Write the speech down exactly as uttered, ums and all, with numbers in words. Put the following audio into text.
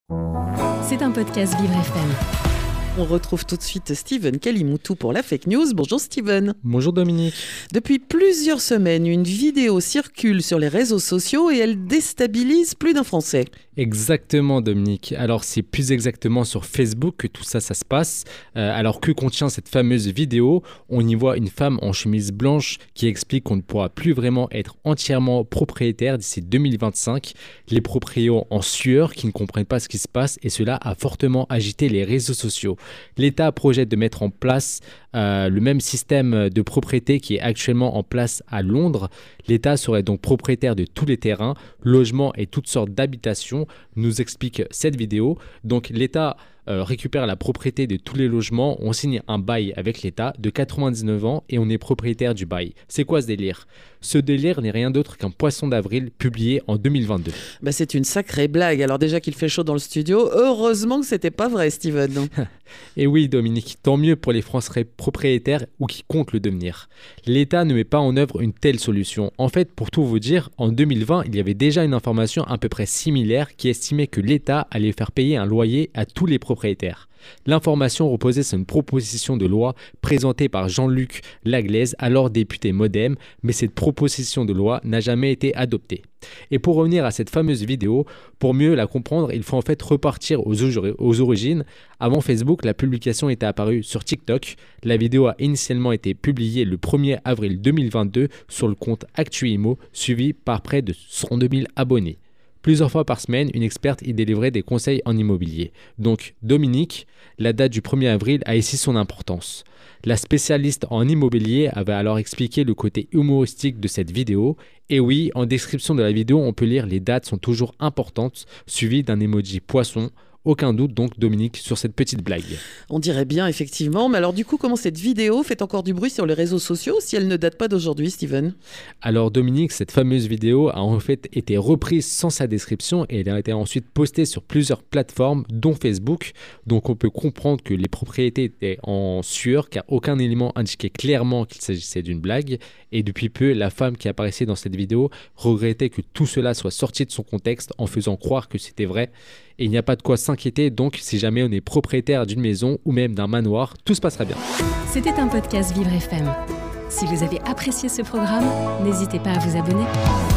C'est un podcast Vivre F M. On retrouve tout de suite Steven Kalimoutou pour la fake news. Bonjour Steven. Bonjour Dominique. Depuis plusieurs semaines, une vidéo circule sur les réseaux sociaux et elle déstabilise plus d'un Français. Exactement Dominique. Alors c'est plus exactement sur Facebook que tout ça, ça se passe. Euh, alors que contient cette fameuse vidéo? On y voit une femme en chemise blanche qui explique qu'on ne pourra plus vraiment être entièrement propriétaire d'ici deux mille vingt-cinq. Les proprios en sueur qui ne comprennent pas ce qui se passe et cela a fortement agité les réseaux sociaux. L'État projette de mettre en place euh, le même système de propriété qui est actuellement en place à Londres. L'État serait donc propriétaire de tous les terrains, logements et toutes sortes d'habitations, nous explique cette vidéo. Donc l'État euh, récupère la propriété de tous les logements, on signe un bail avec l'État de quatre-vingt-dix-neuf ans et on est propriétaire du bail. C'est quoi ce délire? Ce délire n'est rien d'autre qu'un poisson d'avril publié en deux mille vingt-deux. Bah c'est une sacrée blague. Alors déjà qu'il fait chaud dans le studio, heureusement que c'était pas vrai Steven. Et oui Dominique, tant mieux pour les Français propriétaires ou qui comptent le devenir. L'État ne met pas en œuvre une telle solution. En fait, pour tout vous dire, en deux mille vingt, il y avait déjà une information à peu près similaire qui estimait que l'État allait faire payer un loyer à tous les propriétaires. L'information reposait sur une proposition de loi présentée par Jean-Luc Laglaise, alors député Modem, mais cette proposition de loi n'a jamais été adoptée. Et pour revenir à cette fameuse vidéo, pour mieux la comprendre, il faut en fait repartir aux, aux origines. Avant Facebook, la publication était apparue sur TikTok. La vidéo a initialement été publiée le premier avril deux mille vingt-deux sur le compte ActuImo, suivi par près de cent deux mille abonnés. Plusieurs fois par semaine, une experte y délivrait des conseils en immobilier. Donc, Dominique, la date du premier avril a ici son importance. La spécialiste en immobilier avait alors expliqué le côté humoristique de cette vidéo. Et oui, en description de la vidéo, on peut lire les dates sont toujours importantes, suivies d'un emoji poisson. Aucun doute donc Dominique sur cette petite blague. On dirait bien effectivement, mais alors du coup comment cette vidéo fait encore du bruit sur les réseaux sociaux si elle ne date pas d'aujourd'hui Steven? Alors Dominique, cette fameuse vidéo a en fait été reprise sans sa description et elle a été ensuite postée sur plusieurs plateformes dont Facebook. Donc on peut comprendre que les propriétés étaient en sueur car aucun élément indiquait clairement qu'il s'agissait d'une blague. Et depuis peu, la femme qui apparaissait dans cette vidéo regrettait que tout cela soit sorti de son contexte en faisant croire que c'était vrai. Et il n'y a pas de quoi s'inquiéter, donc si jamais on est propriétaire d'une maison ou même d'un manoir, tout se passera bien. C'était un podcast Vivre F M. Si vous avez apprécié ce programme, n'hésitez pas à vous abonner.